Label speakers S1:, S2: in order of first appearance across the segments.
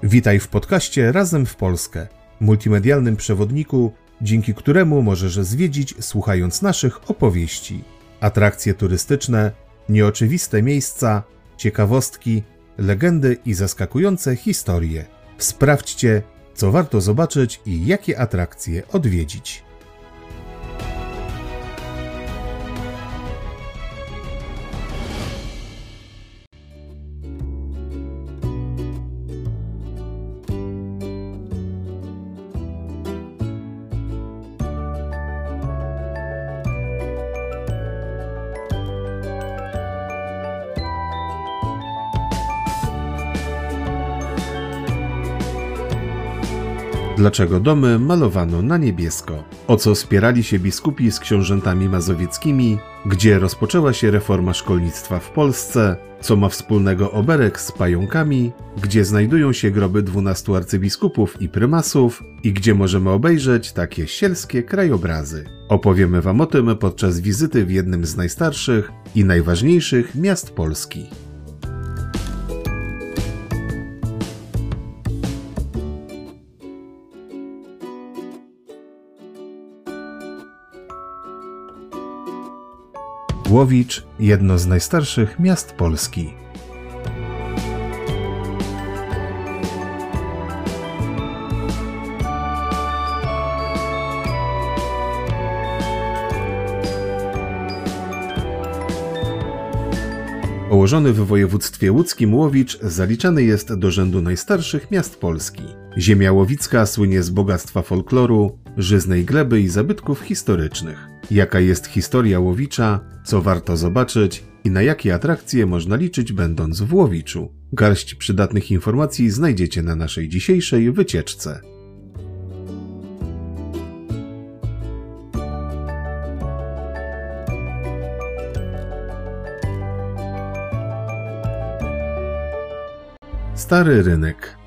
S1: Witaj w podcaście Razem w Polskę, multimedialnym przewodniku, dzięki któremu możesz zwiedzić, słuchając naszych opowieści. Atrakcje turystyczne, nieoczywiste miejsca, ciekawostki, legendy i zaskakujące historie. Sprawdźcie, co warto zobaczyć i jakie atrakcje odwiedzić. Dlaczego domy malowano na niebiesko? O co spierali się biskupi z książętami mazowieckimi? Gdzie rozpoczęła się reforma szkolnictwa w Polsce? Co ma wspólnego oberek z pająkami? Gdzie znajdują się groby 12 arcybiskupów i prymasów? I gdzie możemy obejrzeć takie sielskie krajobrazy? Opowiemy Wam o tym podczas wizyty w jednym z najstarszych i najważniejszych miast Polski. Łowicz, jedno z najstarszych miast Polski. Położony w województwie łódzkim Łowicz zaliczany jest do rzędu najstarszych miast Polski. Ziemia łowicka słynie z bogactwa folkloru, żyznej gleby i zabytków historycznych. Jaka jest historia Łowicza, co warto zobaczyć i na jakie atrakcje można liczyć będąc w Łowiczu? Garść przydatnych informacji znajdziecie na naszej dzisiejszej wycieczce. Stary Rynek.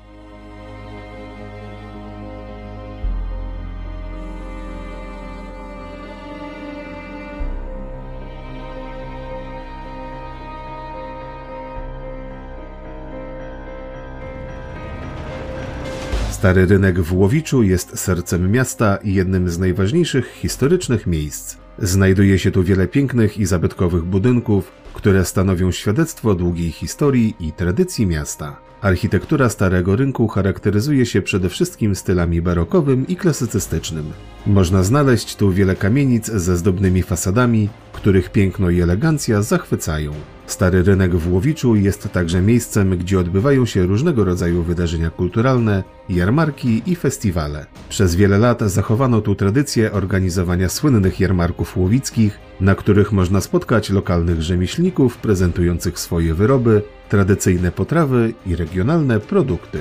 S1: Stary Rynek w Łowiczu jest sercem miasta i jednym z najważniejszych historycznych miejsc. Znajduje się tu wiele pięknych i zabytkowych budynków, które stanowią świadectwo długiej historii i tradycji miasta. Architektura Starego Rynku charakteryzuje się przede wszystkim stylami barokowym i klasycystycznym. Można znaleźć tu wiele kamienic ze zdobnymi fasadami, których piękno i elegancja zachwycają. Stary Rynek w Łowiczu jest także miejscem, gdzie odbywają się różnego rodzaju wydarzenia kulturalne, jarmarki i festiwale. Przez wiele lat zachowano tu tradycję organizowania słynnych jarmarków łowickich, na których można spotkać lokalnych rzemieślników prezentujących swoje wyroby, tradycyjne potrawy i regionalne produkty.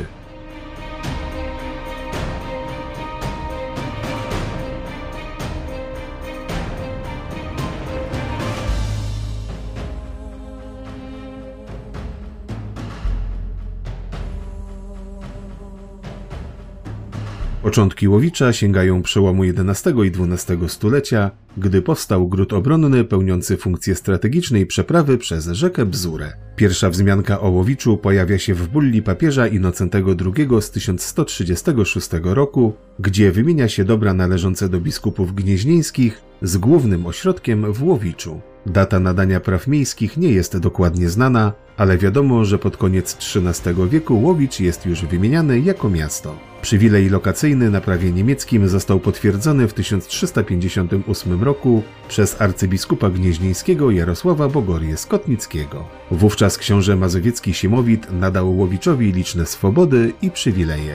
S1: Początki Łowicza sięgają przełomu XI i XII stulecia, gdy powstał gród obronny pełniący funkcję strategicznej przeprawy przez rzekę Bzurę. Pierwsza wzmianka o Łowiczu pojawia się w bulli papieża Innocentego II z 1136 roku, gdzie wymienia się dobra należące do biskupów gnieźnieńskich z głównym ośrodkiem w Łowiczu. Data nadania praw miejskich nie jest dokładnie znana, ale wiadomo, że pod koniec XIII wieku Łowicz jest już wymieniany jako miasto. Przywilej lokacyjny na prawie niemieckim został potwierdzony w 1358 roku przez arcybiskupa gnieźnieńskiego Jarosława Bogorię Skotnickiego. Wówczas książę mazowiecki Siemowit nadał Łowiczowi liczne swobody i przywileje.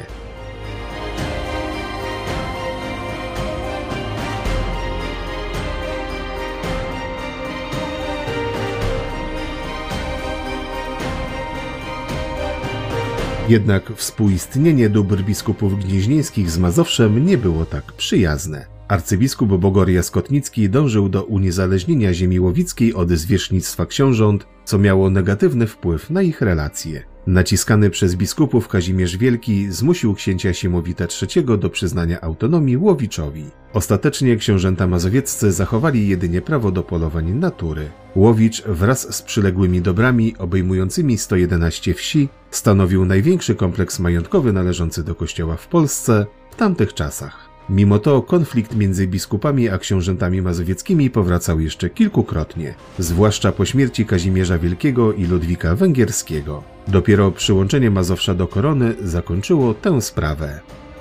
S1: Jednak współistnienie dóbr biskupów gnieźnieńskich z Mazowszem nie było tak przyjazne. Arcybiskup Bogoria Skotnicki dążył do uniezależnienia ziemi łowickiej od zwierzchnictwa książąt, co miało negatywny wpływ na ich relacje. Naciskany przez biskupów Kazimierz Wielki zmusił księcia Siemowita III do przyznania autonomii Łowiczowi. Ostatecznie książęta mazowieccy zachowali jedynie prawo do polowań natury. Łowicz wraz z przyległymi dobrami obejmującymi 111 wsi stanowił największy kompleks majątkowy należący do kościoła w Polsce w tamtych czasach. Mimo to konflikt między biskupami a książętami mazowieckimi powracał jeszcze kilkukrotnie, zwłaszcza po śmierci Kazimierza Wielkiego i Ludwika Węgierskiego. Dopiero przyłączenie Mazowsza do korony zakończyło tę sprawę.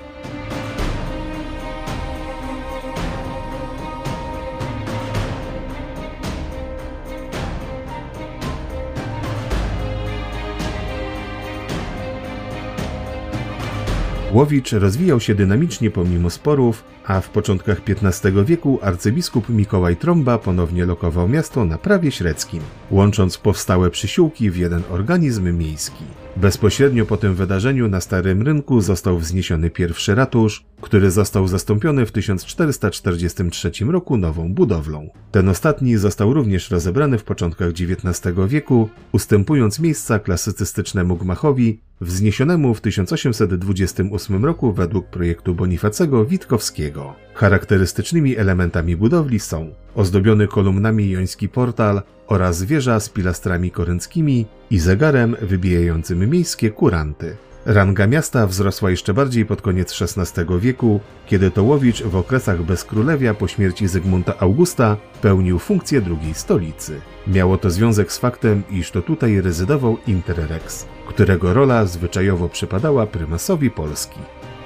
S1: Łowicz rozwijał się dynamicznie pomimo sporów, a w początkach XV wieku arcybiskup Mikołaj Trąba ponownie lokował miasto na prawie średzkim, łącząc powstałe przysiółki w jeden organizm miejski. Bezpośrednio po tym wydarzeniu na Starym Rynku został wzniesiony pierwszy ratusz, który został zastąpiony w 1443 roku nową budowlą. Ten ostatni został również rozebrany w początkach XIX wieku, ustępując miejsca klasycystycznemu gmachowi wzniesionemu w 1828 roku według projektu Bonifacego Witkowskiego. Charakterystycznymi elementami budowli są ozdobiony kolumnami joński portal oraz wieża z pilastrami korynckimi i zegarem wybijającym miejskie kuranty. Ranga miasta wzrosła jeszcze bardziej pod koniec XVI wieku, kiedy to Łowicz w okresach bezkrólewia po śmierci Zygmunta Augusta pełnił funkcję drugiej stolicy. Miało to związek z faktem, iż to tutaj rezydował Interrex, którego rola zwyczajowo przypadała prymasowi Polski.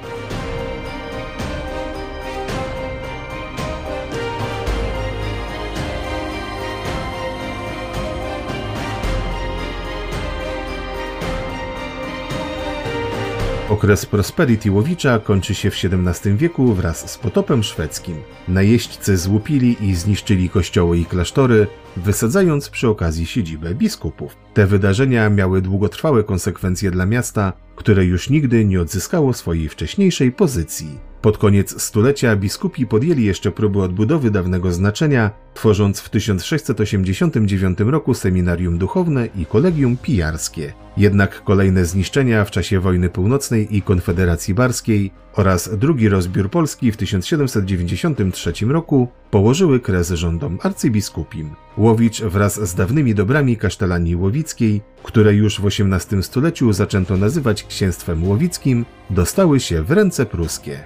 S1: Okres prosperity Łowicza kończy się w XVII wieku wraz z potopem szwedzkim. Najeźdźcy złupili i zniszczyli kościoły i klasztory, wysadzając przy okazji siedzibę biskupów. Te wydarzenia miały długotrwałe konsekwencje dla miasta, które już nigdy nie odzyskało swojej wcześniejszej pozycji. Pod koniec stulecia biskupi podjęli jeszcze próby odbudowy dawnego znaczenia, tworząc w 1689 roku seminarium duchowne i kolegium pijarskie. Jednak kolejne zniszczenia w czasie wojny północnej i Konfederacji Barskiej oraz drugi rozbiór Polski w 1793 roku położyły kres rządom arcybiskupim. Łowicz wraz z dawnymi dobrami kasztelanii łowickiej, które już w XVIII stuleciu zaczęto nazywać księstwem łowickim, dostały się w ręce pruskie.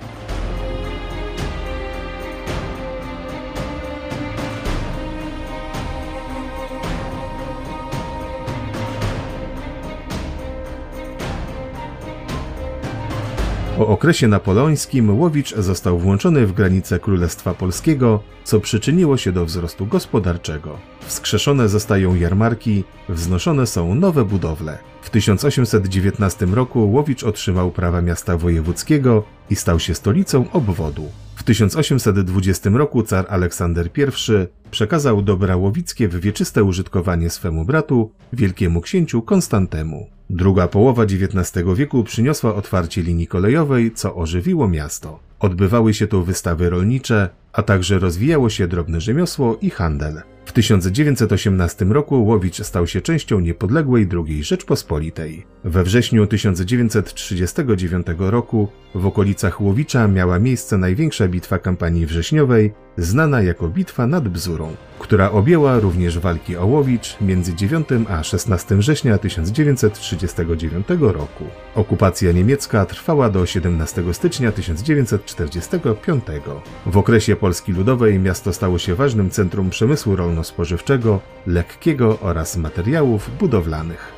S1: Po okresie napoleońskim Łowicz został włączony w granice Królestwa Polskiego, co przyczyniło się do wzrostu gospodarczego. Wskrzeszone zostają jarmarki, wznoszone są nowe budowle. W 1819 roku Łowicz otrzymał prawa miasta wojewódzkiego i stał się stolicą obwodu. W 1820 roku car Aleksander I przekazał dobra łowickie w wieczyste użytkowanie swemu bratu, wielkiemu księciu Konstantemu. Druga połowa XIX wieku przyniosła otwarcie linii kolejowej, co ożywiło miasto. Odbywały się tu wystawy rolnicze, a także rozwijało się drobne rzemiosło i handel. W 1918 roku Łowicz stał się częścią niepodległej II Rzeczpospolitej. We wrześniu 1939 roku w okolicach Łowicza miała miejsce największa bitwa kampanii wrześniowej, znana jako Bitwa nad Bzurą, która objęła również walki o Łowicz między 9 a 16 września 1939 roku. Okupacja niemiecka trwała do 17 stycznia 1945. W okresie Polski Ludowej miasto stało się ważnym centrum przemysłu rolno-spożywczego, lekkiego oraz materiałów budowlanych.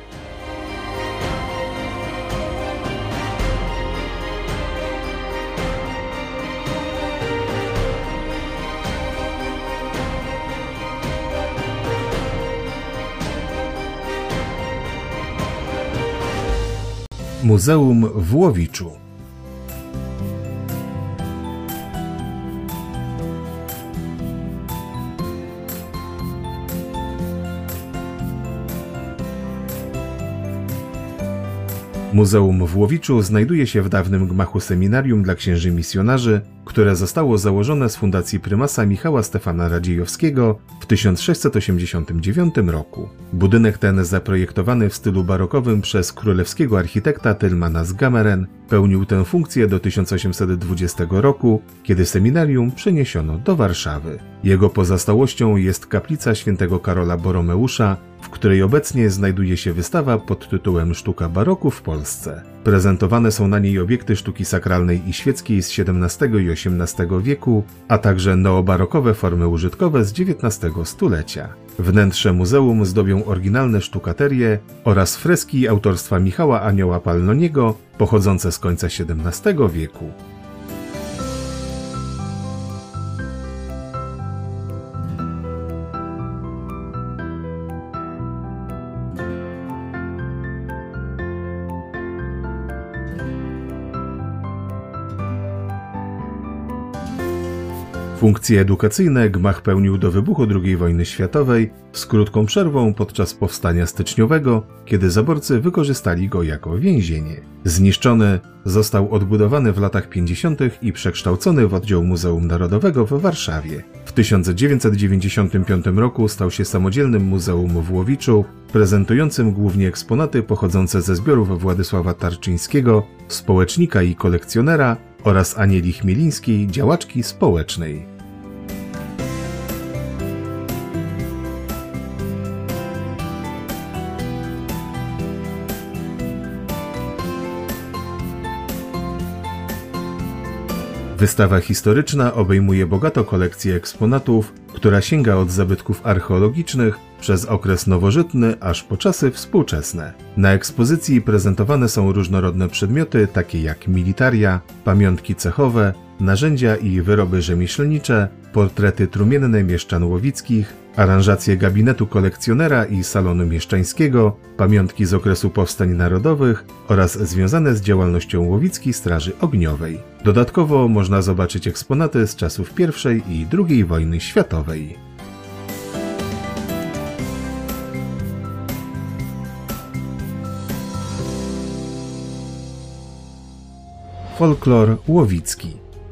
S1: Muzeum w Łowiczu. Muzeum w Łowiczu znajduje się w dawnym gmachu seminarium dla księży misjonarzy, które zostało założone z fundacji prymasa Michała Stefana Radziejowskiego w 1689 roku. Budynek ten, zaprojektowany w stylu barokowym przez królewskiego architekta Tylmana z Gameren, pełnił tę funkcję do 1820 roku, kiedy seminarium przeniesiono do Warszawy. Jego pozostałością jest kaplica świętego Karola Boromeusza, w której obecnie znajduje się wystawa pod tytułem Sztuka baroku w Polsce. Prezentowane są na niej obiekty sztuki sakralnej i świeckiej z XVII i XVIII wieku, a także neobarokowe formy użytkowe z XIX stulecia. Wnętrze muzeum zdobią oryginalne sztukaterie oraz freski autorstwa Michała Anioła Palloniego, pochodzące z końca XVII wieku. Funkcje edukacyjne gmach pełnił do wybuchu II wojny światowej z krótką przerwą podczas powstania styczniowego, kiedy zaborcy wykorzystali go jako więzienie. Zniszczony, został odbudowany w latach 50. i przekształcony w oddział Muzeum Narodowego w Warszawie. W 1995 roku stał się samodzielnym muzeum w Łowiczu, prezentującym głównie eksponaty pochodzące ze zbiorów Władysława Tarczyńskiego, społecznika i kolekcjonera, oraz Anieli Chmielińskiej, działaczki społecznej. Wystawa historyczna obejmuje bogatą kolekcję eksponatów, która sięga od zabytków archeologicznych przez okres nowożytny aż po czasy współczesne. Na ekspozycji prezentowane są różnorodne przedmioty takie jak militaria, pamiątki cechowe, narzędzia i wyroby rzemieślnicze, portrety trumienne mieszczan łowickich, aranżacje gabinetu kolekcjonera i salonu mieszczańskiego, pamiątki z okresu powstań narodowych oraz związane z działalnością Łowickiej Straży Ogniowej. Dodatkowo można zobaczyć eksponaty z czasów I i II wojny światowej. Folklor łowicki.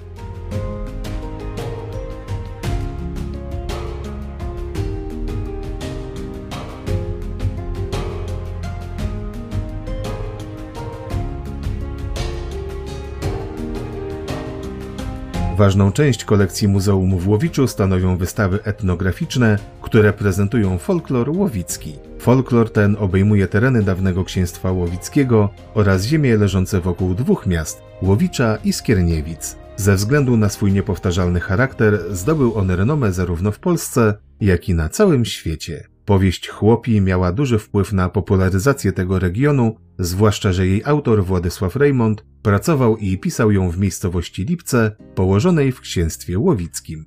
S1: Ważną część kolekcji Muzeum w Łowiczu stanowią wystawy etnograficzne, które prezentują folklor łowicki. Folklor ten obejmuje tereny dawnego księstwa łowickiego oraz ziemie leżące wokół dwóch miast – Łowicza i Skierniewic. Ze względu na swój niepowtarzalny charakter zdobył on renomę zarówno w Polsce, jak i na całym świecie. Powieść Chłopi miała duży wpływ na popularyzację tego regionu, zwłaszcza że jej autor Władysław Rejmont pracował i pisał ją w miejscowości Lipce, położonej w księstwie łowickim.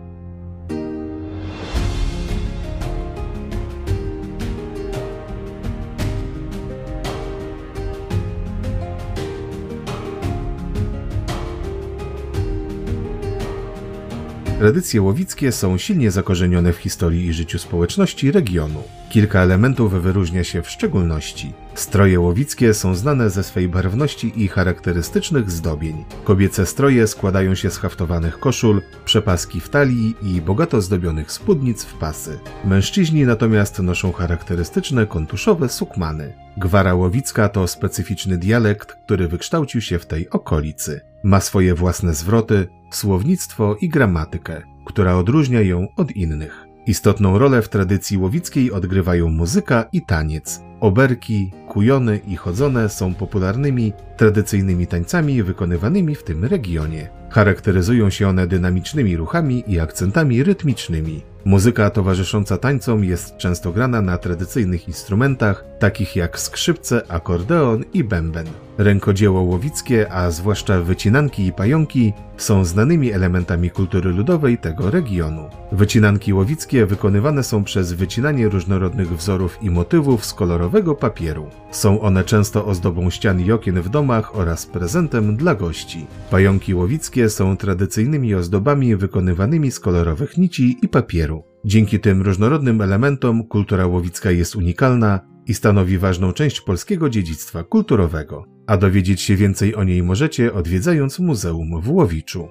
S1: Tradycje łowickie są silnie zakorzenione w historii i życiu społeczności regionu. Kilka elementów wyróżnia się w szczególności. Stroje łowickie są znane ze swej barwności i charakterystycznych zdobień. Kobiece stroje składają się z haftowanych koszul, przepaski w talii i bogato zdobionych spódnic w pasy. Mężczyźni natomiast noszą charakterystyczne kontuszowe sukmany. Gwara łowicka to specyficzny dialekt, który wykształcił się w tej okolicy. Ma swoje własne zwroty, słownictwo i gramatykę, która odróżnia ją od innych. Istotną rolę w tradycji łowickiej odgrywają muzyka i taniec. Oberki, kujony i chodzone są popularnymi, tradycyjnymi tańcami wykonywanymi w tym regionie. Charakteryzują się one dynamicznymi ruchami i akcentami rytmicznymi. Muzyka towarzysząca tańcom jest często grana na tradycyjnych instrumentach, takich jak skrzypce, akordeon i bęben. Rękodzieło łowickie, a zwłaszcza wycinanki i pająki, są znanymi elementami kultury ludowej tego regionu. Wycinanki łowickie wykonywane są przez wycinanie różnorodnych wzorów i motywów z kolorowego papieru. Są one często ozdobą ścian i okien w domach oraz prezentem dla gości. Pająki łowickie są tradycyjnymi ozdobami wykonywanymi z kolorowych nici i papieru. Dzięki tym różnorodnym elementom kultura łowicka jest unikalna i stanowi ważną część polskiego dziedzictwa kulturowego. A dowiedzieć się więcej o niej możecie, odwiedzając Muzeum w Łowiczu.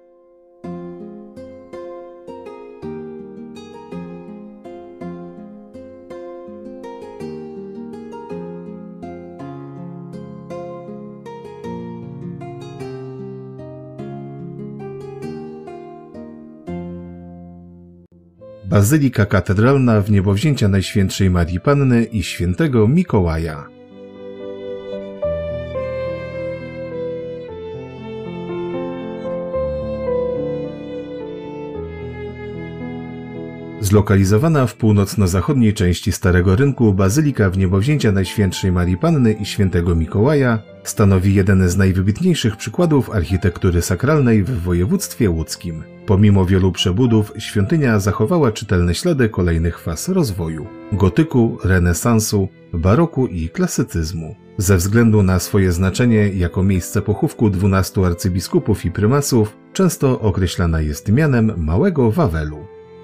S1: Bazylika katedralna Wniebowzięcia Najświętszej Marii Panny i Świętego Mikołaja. Zlokalizowana w północno-zachodniej części Starego Rynku, Bazylika Wniebowzięcia Najświętszej Marii Panny i Świętego Mikołaja stanowi jeden z najwybitniejszych przykładów architektury sakralnej w województwie łódzkim. Pomimo wielu przebudów, świątynia zachowała czytelne ślady kolejnych faz rozwoju: gotyku, renesansu, baroku i klasycyzmu. Ze względu na swoje znaczenie jako miejsce pochówku 12 arcybiskupów i prymasów, często określana jest mianem Małego Wawelu.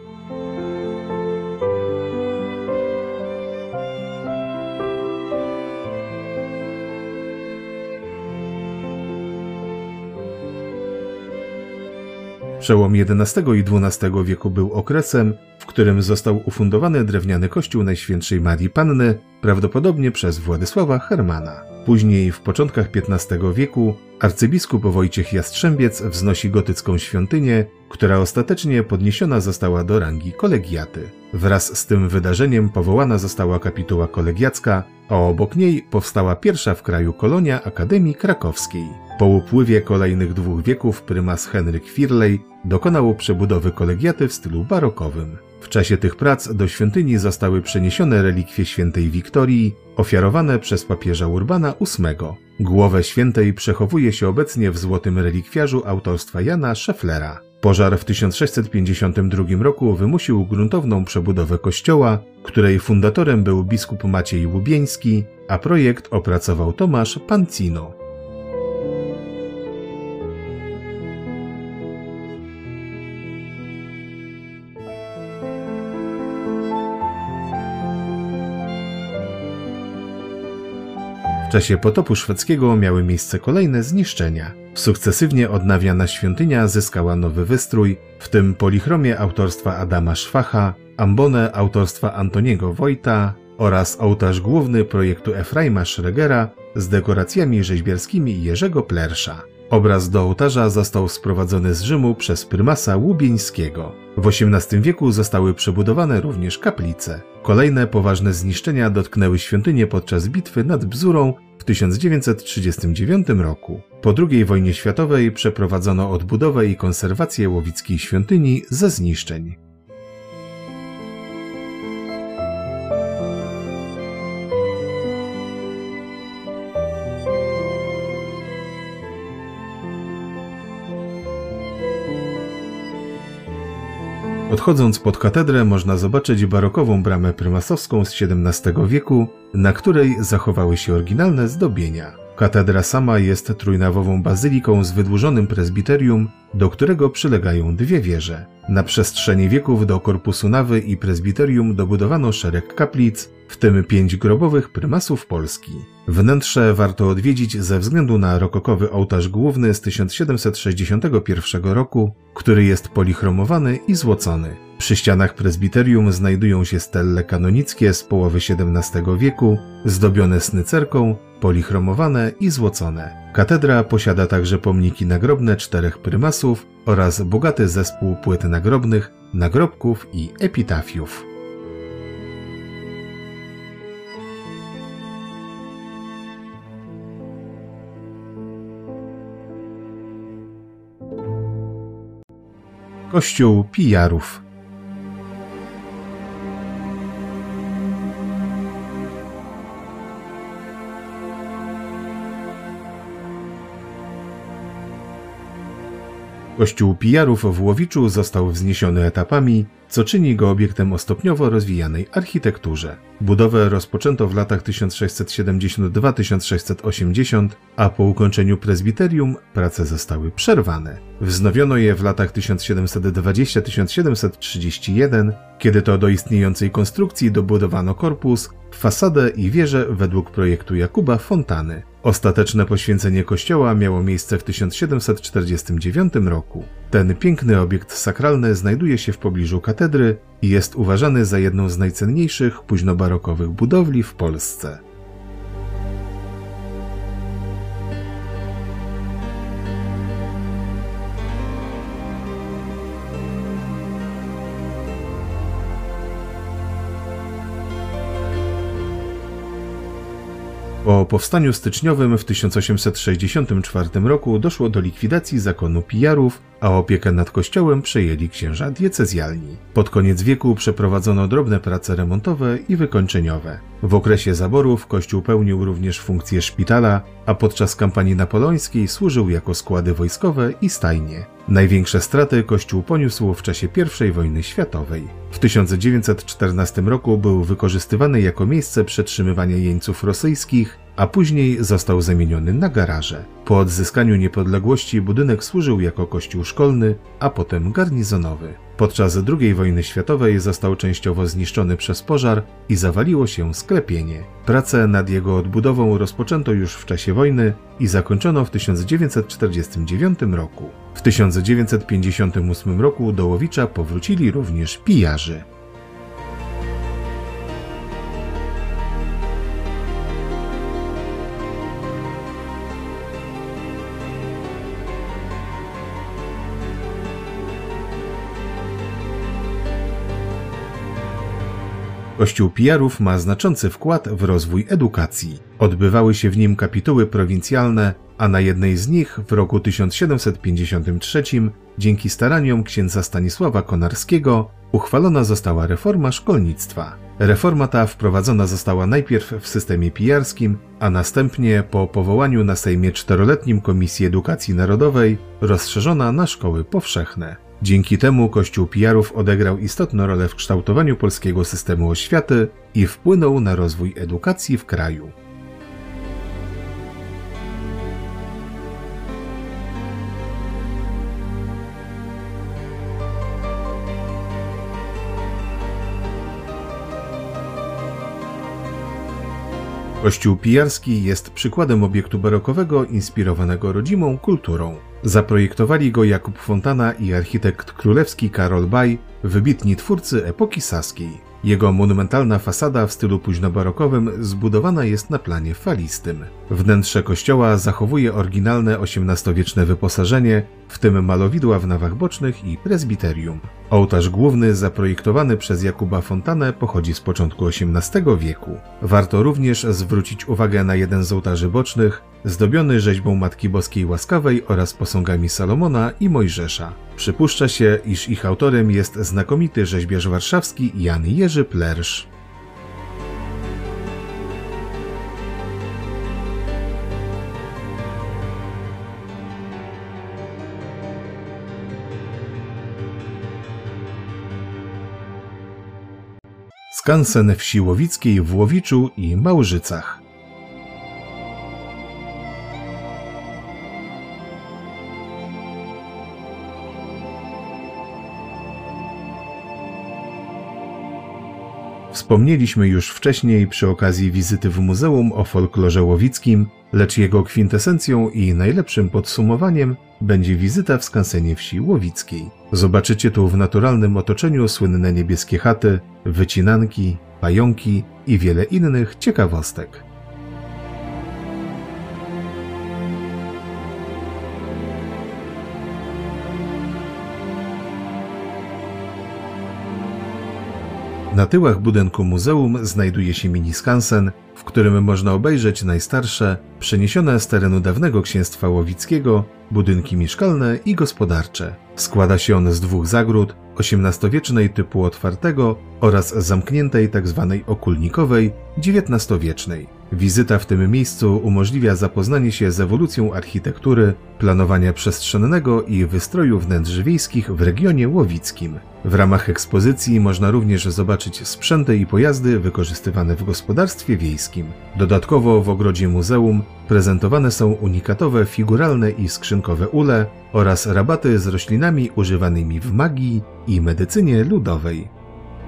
S1: Przełom XI i XII wieku był okresem, w którym został ufundowany drewniany kościół Najświętszej Marii Panny, prawdopodobnie przez Władysława Hermana. Później, w początkach XV wieku, arcybiskup Wojciech Jastrzębiec wznosi gotycką świątynię, która ostatecznie podniesiona została do rangi kolegiaty. Wraz z tym wydarzeniem powołana została kapituła kolegiacka, a obok niej powstała pierwsza w kraju kolonia Akademii Krakowskiej. Po upływie kolejnych 2 wieków prymas Henryk Firlej dokonał przebudowy kolegiaty w stylu barokowym. W czasie tych prac do świątyni zostały przeniesione relikwie świętej Wiktorii, ofiarowane przez papieża Urbana VIII. Głowę świętej przechowuje się obecnie w złotym relikwiarzu autorstwa Jana Schefflera. Pożar w 1652 roku wymusił gruntowną przebudowę kościoła, której fundatorem był biskup Maciej Łubieński, a projekt opracował Tomasz Pancino. W czasie potopu szwedzkiego miały miejsce kolejne zniszczenia. Sukcesywnie odnawiana świątynia zyskała nowy wystrój, w tym polichromię autorstwa Adama Szwacha, ambonę autorstwa Antoniego Wojta oraz ołtarz główny projektu Efraima Schregera z dekoracjami rzeźbiarskimi Jerzego Plersza. Obraz do ołtarza został sprowadzony z Rzymu przez prymasa Łubieńskiego. W XVIII wieku zostały przebudowane również kaplice. Kolejne poważne zniszczenia dotknęły świątynię podczas bitwy nad Bzurą w 1939 roku. Po II wojnie światowej przeprowadzono odbudowę i konserwację łowickiej świątyni ze zniszczeń. Odchodząc pod katedrę można zobaczyć barokową bramę prymasowską z XVII wieku, na której zachowały się oryginalne zdobienia. Katedra sama jest trójnawową bazyliką z wydłużonym prezbiterium, do którego przylegają 2 wieże. Na przestrzeni wieków do korpusu nawy i prezbiterium dobudowano szereg kaplic, w tym 5 grobowych prymasów Polski. Wnętrze warto odwiedzić ze względu na rokokowy ołtarz główny z 1761 roku, który jest polichromowany i złocony. Przy ścianach prezbiterium znajdują się stelle kanonickie z połowy XVII wieku, zdobione snycerką, polichromowane i złocone. Katedra posiada także pomniki nagrobne 4 prymasów oraz bogaty zespół płyt nagrobnych, nagrobków i epitafiów. Kościół Pijarów. Kościół Pijarów w Łowiczu został wzniesiony etapami, co czyni go obiektem o stopniowo rozwijanej architekturze. Budowę rozpoczęto w latach 1672–1680, a po ukończeniu prezbiterium prace zostały przerwane. Wznowiono je w latach 1720–1731, kiedy to do istniejącej konstrukcji dobudowano korpus, fasadę i wieżę według projektu Jakuba Fontany. Ostateczne poświęcenie kościoła miało miejsce w 1749 roku. Ten piękny obiekt sakralny znajduje się w pobliżu katedry i jest uważany za jedną z najcenniejszych późnobarokowych budowli w Polsce. Po powstaniu styczniowym w 1864 roku doszło do likwidacji zakonu Pijarów, a opiekę nad kościołem przejęli księża diecezjalni. Pod koniec wieku przeprowadzono drobne prace remontowe i wykończeniowe. W okresie zaborów kościół pełnił również funkcję szpitala, a podczas kampanii napoleońskiej służył jako składy wojskowe i stajnie. Największe straty kościół poniósł w czasie I wojny światowej. W 1914 roku był wykorzystywany jako miejsce przetrzymywania jeńców rosyjskich, a później został zamieniony na garaże. Po odzyskaniu niepodległości budynek służył jako kościół szkolny, a potem garnizonowy. Podczas II wojny światowej został częściowo zniszczony przez pożar i zawaliło się sklepienie. Prace nad jego odbudową rozpoczęto już w czasie wojny i zakończono w 1949 roku. W 1958 roku do Łowicza powrócili również pijarzy. Kościół Pijarów ma znaczący wkład w rozwój edukacji. Odbywały się w nim kapituły prowincjalne, a na jednej z nich w roku 1753 dzięki staraniom księdza Stanisława Konarskiego uchwalona została reforma szkolnictwa. Reforma ta wprowadzona została najpierw w systemie pijarskim, a następnie po powołaniu na Sejmie 4-letnim Komisji Edukacji Narodowej rozszerzona na szkoły powszechne. Dzięki temu Kościół Pijarów odegrał istotną rolę w kształtowaniu polskiego systemu oświaty i wpłynął na rozwój edukacji w kraju. Kościół pijarski jest przykładem obiektu barokowego inspirowanego rodzimą kulturą. Zaprojektowali go Jakub Fontana i architekt królewski Karol Baj, wybitni twórcy epoki saskiej. Jego monumentalna fasada w stylu późnobarokowym zbudowana jest na planie falistym. Wnętrze kościoła zachowuje oryginalne XVIII-wieczne wyposażenie, w tym malowidła w nawach bocznych i prezbiterium. Ołtarz główny zaprojektowany przez Jakuba Fontanę pochodzi z początku XVIII wieku. Warto również zwrócić uwagę na jeden z ołtarzy bocznych, zdobiony rzeźbą Matki Boskiej Łaskawej oraz posągami Salomona i Mojżesza. Przypuszcza się, iż ich autorem jest znakomity rzeźbiarz warszawski Jan Jerzy Plersz. Skansen wsi łowickiej w Łowiczu i Małżycach. Wspomnieliśmy już wcześniej przy okazji wizyty w Muzeum o Folklorze Łowickim, lecz jego kwintesencją i najlepszym podsumowaniem będzie wizyta w skansenie wsi łowickiej. Zobaczycie tu w naturalnym otoczeniu słynne niebieskie chaty, wycinanki, pająki i wiele innych ciekawostek. Na tyłach budynku muzeum znajduje się mini skansen, w którym można obejrzeć najstarsze, przeniesione z terenu dawnego księstwa łowickiego, budynki mieszkalne i gospodarcze. Składa się on z dwóch zagród, XVIII-wiecznej typu otwartego oraz zamkniętej tzw. okulnikowej, XIX-wiecznej. Wizyta w tym miejscu umożliwia zapoznanie się z ewolucją architektury, planowania przestrzennego i wystroju wnętrz wiejskich w regionie łowickim. W ramach ekspozycji można również zobaczyć sprzęty i pojazdy wykorzystywane w gospodarstwie wiejskim. Dodatkowo w ogrodzie muzeum prezentowane są unikatowe figuralne i skrzynkowe ule oraz rabaty z roślinami używanymi w magii i medycynie ludowej.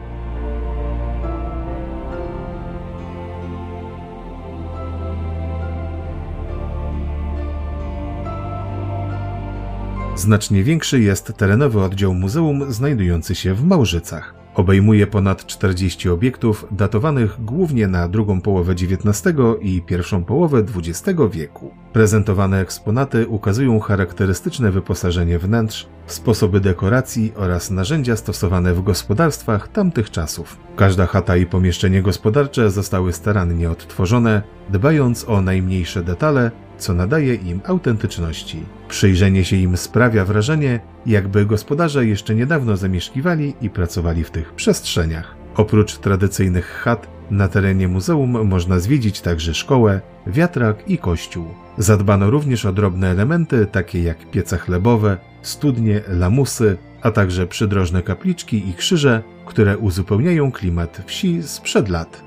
S1: Znacznie większy jest terenowy oddział muzeum znajdujący się w Małżycach. Obejmuje ponad 40 obiektów datowanych głównie na drugą połowę XIX i pierwszą połowę XX wieku. Prezentowane eksponaty ukazują charakterystyczne wyposażenie wnętrz, sposoby dekoracji oraz narzędzia stosowane w gospodarstwach tamtych czasów. Każda chata i pomieszczenie gospodarcze zostały starannie odtworzone, dbając o najmniejsze detale, co nadaje im autentyczności. Przyjrzenie się im sprawia wrażenie, jakby gospodarze jeszcze niedawno zamieszkiwali i pracowali w tych przestrzeniach. Oprócz tradycyjnych chat, na terenie muzeum można zwiedzić także szkołę, wiatrak i kościół. Zadbano również o drobne elementy, takie jak piece chlebowe, studnie, lamusy, a także przydrożne kapliczki i krzyże, które uzupełniają klimat wsi sprzed lat.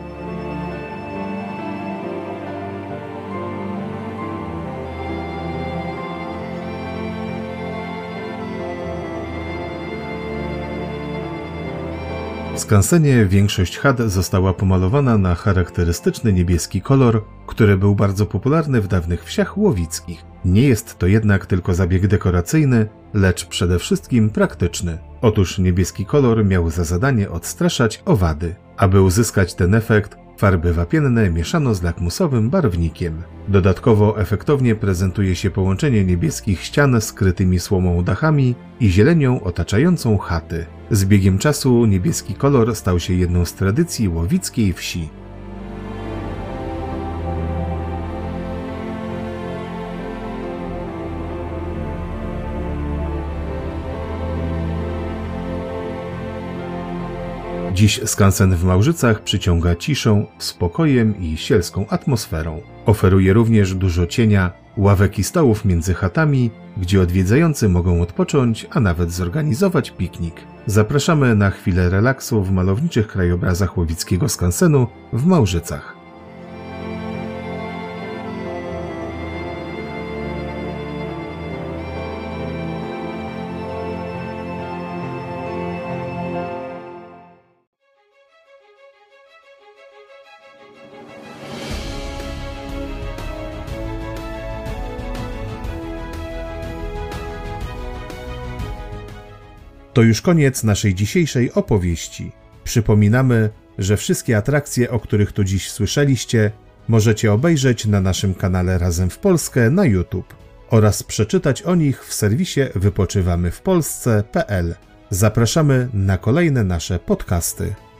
S1: W skansenie większość chat została pomalowana na charakterystyczny niebieski kolor, który był bardzo popularny w dawnych wsiach łowickich. Nie jest to jednak tylko zabieg dekoracyjny, lecz przede wszystkim praktyczny. Otóż niebieski kolor miał za zadanie odstraszać owady. Aby uzyskać ten efekt, farby wapienne mieszano z lakmusowym barwnikiem. Dodatkowo efektownie prezentuje się połączenie niebieskich ścian z krytymi słomą dachami i zielenią otaczającą chaty. Z biegiem czasu niebieski kolor stał się jedną z tradycji łowickiej wsi. Dziś skansen w Małżycach przyciąga ciszą, spokojem i sielską atmosferą. Oferuje również dużo cienia, ławek i stołów między chatami, gdzie odwiedzający mogą odpocząć, a nawet zorganizować piknik. Zapraszamy na chwilę relaksu w malowniczych krajobrazach łowickiego skansenu w Małżycach. To już koniec naszej dzisiejszej opowieści. Przypominamy, że wszystkie atrakcje, o których tu dziś słyszeliście, możecie obejrzeć na naszym kanale Razem w Polskę na YouTube oraz przeczytać o nich w serwisie wypoczywamywpolsce.pl. Zapraszamy na kolejne nasze podcasty.